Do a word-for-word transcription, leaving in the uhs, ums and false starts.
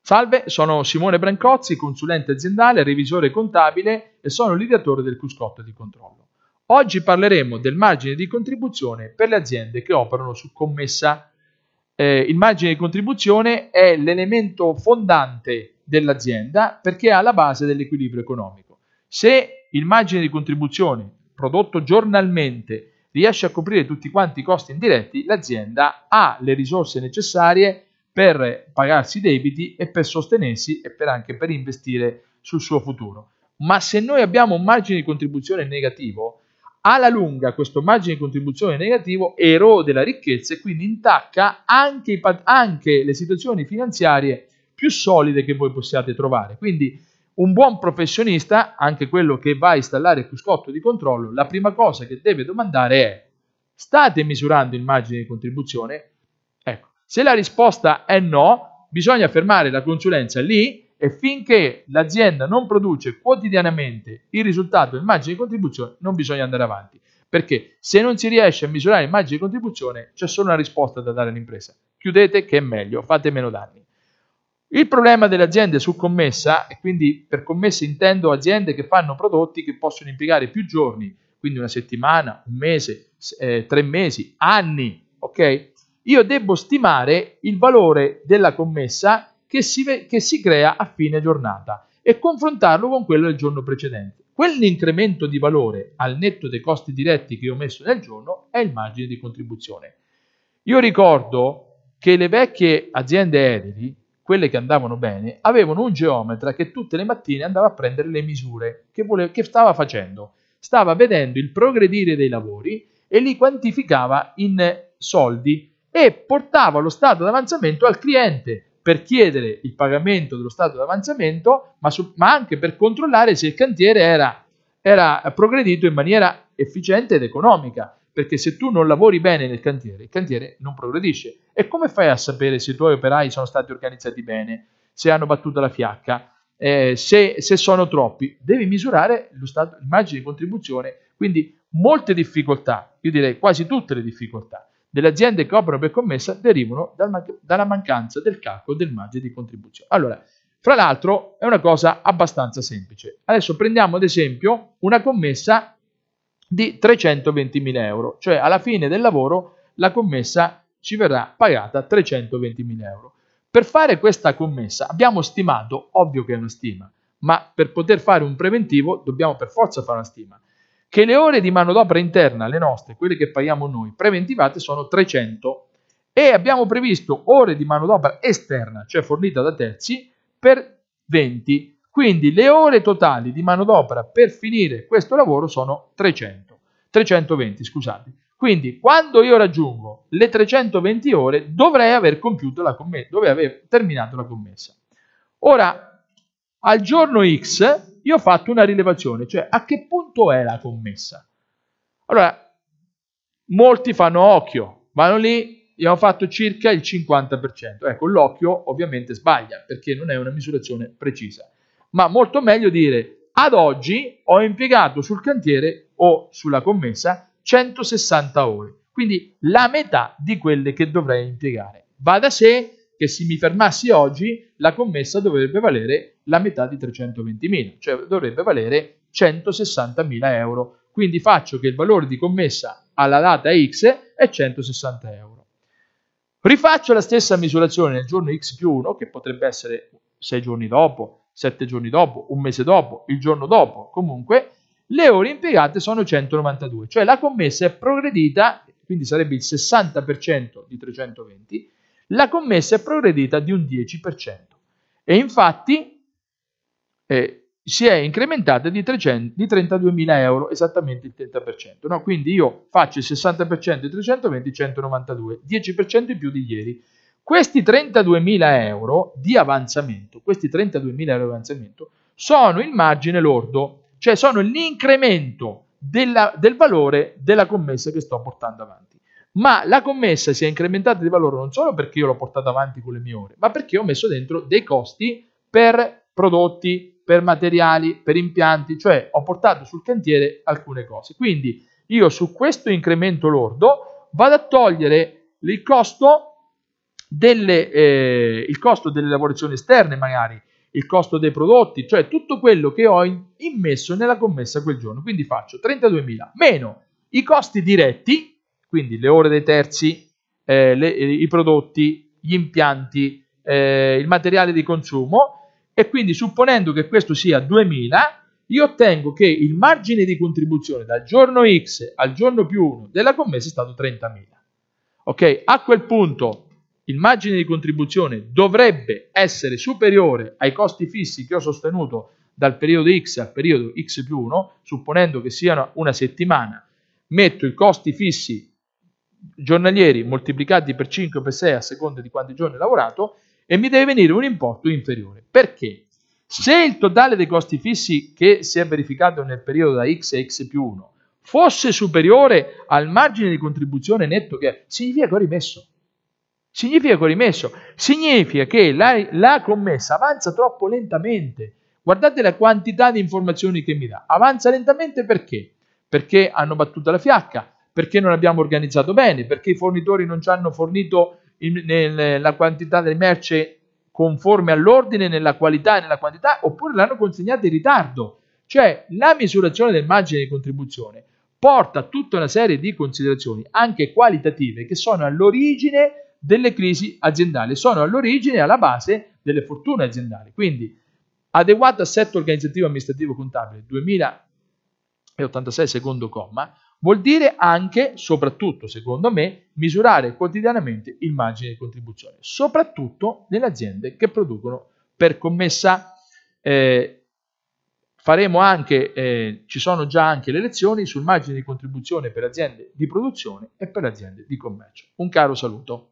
Salve, sono Simone Brancozzi, consulente aziendale, revisore contabile e sono l'ideatore del cruscotto di controllo. Oggi parleremo del margine di contribuzione per le aziende che operano su commessa. Eh, il margine di contribuzione è l'elemento fondante dell'azienda perché è alla base dell'equilibrio economico. Se il margine di contribuzione prodotto giornalmente riesce a coprire tutti quanti i costi indiretti, l'azienda ha le risorse necessarie per pagarsi i debiti e per sostenersi e per anche per investire sul suo futuro. Ma se noi abbiamo un margine di contribuzione negativo, alla lunga questo margine di contribuzione negativo erode la ricchezza e quindi intacca anche, i, anche le situazioni finanziarie più solide che voi possiate trovare. Quindi un buon professionista, anche quello che va a installare il cruscotto di controllo, la prima cosa che deve domandare è: state misurando il margine di contribuzione? Ecco, se la risposta è no, bisogna fermare la consulenza lì e finché l'azienda non produce quotidianamente il risultato del margine di contribuzione non bisogna andare avanti, perché se non si riesce a misurare il margine di contribuzione c'è solo una risposta da dare all'impresa: chiudete che è meglio, fate meno danni. Il problema delle aziende su commessa, e quindi per commesse intendo aziende che fanno prodotti che possono impiegare più giorni, quindi una settimana, un mese, eh, tre mesi, anni, ok? Io devo stimare il valore della commessa che si, che si crea a fine giornata e confrontarlo con quello del giorno precedente. Quell'incremento di valore al netto dei costi diretti che ho messo nel giorno è il margine di contribuzione. Io ricordo che le vecchie aziende edili, quelle che andavano bene, avevano un geometra che tutte le mattine andava a prendere le misure. Che, voleva, che stava facendo? Stava vedendo il progredire dei lavori e li quantificava in soldi e portava lo stato d'avanzamento al cliente per chiedere il pagamento dello stato d'avanzamento, ma, ma anche per controllare se il cantiere era, era progredito in maniera efficiente ed economica, perché se tu non lavori bene nel cantiere, il cantiere non progredisce. E come fai a sapere se i tuoi operai sono stati organizzati bene, se hanno battuto la fiacca, eh, se, se sono troppi? Devi misurare lo stato, il margine di contribuzione, quindi molte difficoltà, io direi quasi tutte le difficoltà delle aziende che operano per commessa derivano dal, dalla mancanza del calcolo del margine di contribuzione. Allora, fra l'altro è una cosa abbastanza semplice. Adesso prendiamo ad esempio una commessa di trecentoventimila euro, cioè alla fine del lavoro la commessa ci verrà pagata trecentoventimila euro. Per fare questa commessa abbiamo stimato, ovvio che è una stima, ma per poter fare un preventivo dobbiamo per forza fare una stima, che le ore di manodopera interna, le nostre, quelle che paghiamo noi, preventivate sono trecento e abbiamo previsto ore di manodopera esterna, cioè fornita da terzi, per venti. Quindi le ore totali di manodopera per finire questo lavoro sono trecento, trecentoventi, scusate. Quindi quando io raggiungo le trecentoventi ore dovrei aver compiuto la commessa, dovrei aver terminato la commessa. Ora, al giorno X io ho fatto una rilevazione, cioè a che punto è la commessa? Allora, molti fanno occhio, vanno lì, io ho fatto circa il cinquanta per cento. Ecco, l'occhio ovviamente sbaglia, perché non è una misurazione precisa. Ma molto meglio dire, ad oggi ho impiegato sul cantiere o sulla commessa centosessanta ore, quindi la metà di quelle che dovrei impiegare. Va da sé che se mi fermassi oggi la commessa dovrebbe valere la metà di trecentoventimila, cioè dovrebbe valere centosessantamila euro. Quindi faccio che il valore di commessa alla data X è centosessanta euro. Rifaccio la stessa misurazione nel giorno X più uno, che potrebbe essere sei giorni dopo, sette giorni dopo, un mese dopo, il giorno dopo. Comunque le ore impiegate sono centonovantadue, cioè la commessa è progredita, quindi sarebbe il sessanta per cento di trecentoventi, la commessa è progredita di un dieci per cento e infatti eh, si è incrementata di, trecento, di trentaduemila euro, esattamente il trenta per cento. No? Quindi io faccio il sessanta per cento di trecentoventi, centonovantadue, dieci per cento in più di ieri. Questi trentaduemila euro di avanzamento, questi trentaduemila euro di avanzamento sono il margine lordo, cioè sono l'incremento della, del valore della commessa che sto portando avanti. Ma la commessa si è incrementata di valore non solo perché io l'ho portata avanti con le mie ore, ma perché ho messo dentro dei costi per prodotti, per materiali, per impianti, cioè ho portato sul cantiere alcune cose. Quindi io su questo incremento lordo vado a togliere il costo delle, eh, il costo delle lavorazioni esterne magari, il costo dei prodotti, cioè tutto quello che ho in, immesso nella commessa quel giorno. Quindi faccio trentaduemila meno i costi diretti, quindi le ore dei terzi, eh, le, i prodotti, gli impianti, eh, il materiale di consumo, e quindi supponendo che questo sia duemila, io ottengo che il margine di contribuzione dal giorno X al giorno più uno della commessa è stato trentamila. Ok? A quel punto il margine di contribuzione dovrebbe essere superiore ai costi fissi che ho sostenuto dal periodo X al periodo X più uno, supponendo che siano una settimana, metto i costi fissi giornalieri moltiplicati per cinque o per sei a seconda di quanti giorni ho lavorato e mi deve venire un importo inferiore. Perché? Se il totale dei costi fissi che si è verificato nel periodo da X a X più uno fosse superiore al margine di contribuzione netto, che significa che ho rimesso. Significa che ho rimesso. Significa che la, la commessa avanza troppo lentamente. Guardate la quantità di informazioni che mi dà. Avanza lentamente perché? Perché hanno battuto la fiacca, perché non abbiamo organizzato bene, perché i fornitori non ci hanno fornito in, nel, la quantità di merce conforme all'ordine, nella qualità e nella quantità, oppure l'hanno consegnata in ritardo. Cioè la misurazione del margine di contribuzione porta a tutta una serie di considerazioni anche qualitative che sono all'origine delle crisi aziendali, sono all'origine e alla base delle fortune aziendali. Quindi adeguato assetto organizzativo amministrativo contabile duemilaottantasei secondo comma vuol dire anche, soprattutto secondo me, misurare quotidianamente il margine di contribuzione, soprattutto nelle aziende che producono per commessa. Eh, faremo anche, eh, ci sono già anche le lezioni sul margine di contribuzione per aziende di produzione e per aziende di commercio. Un caro saluto.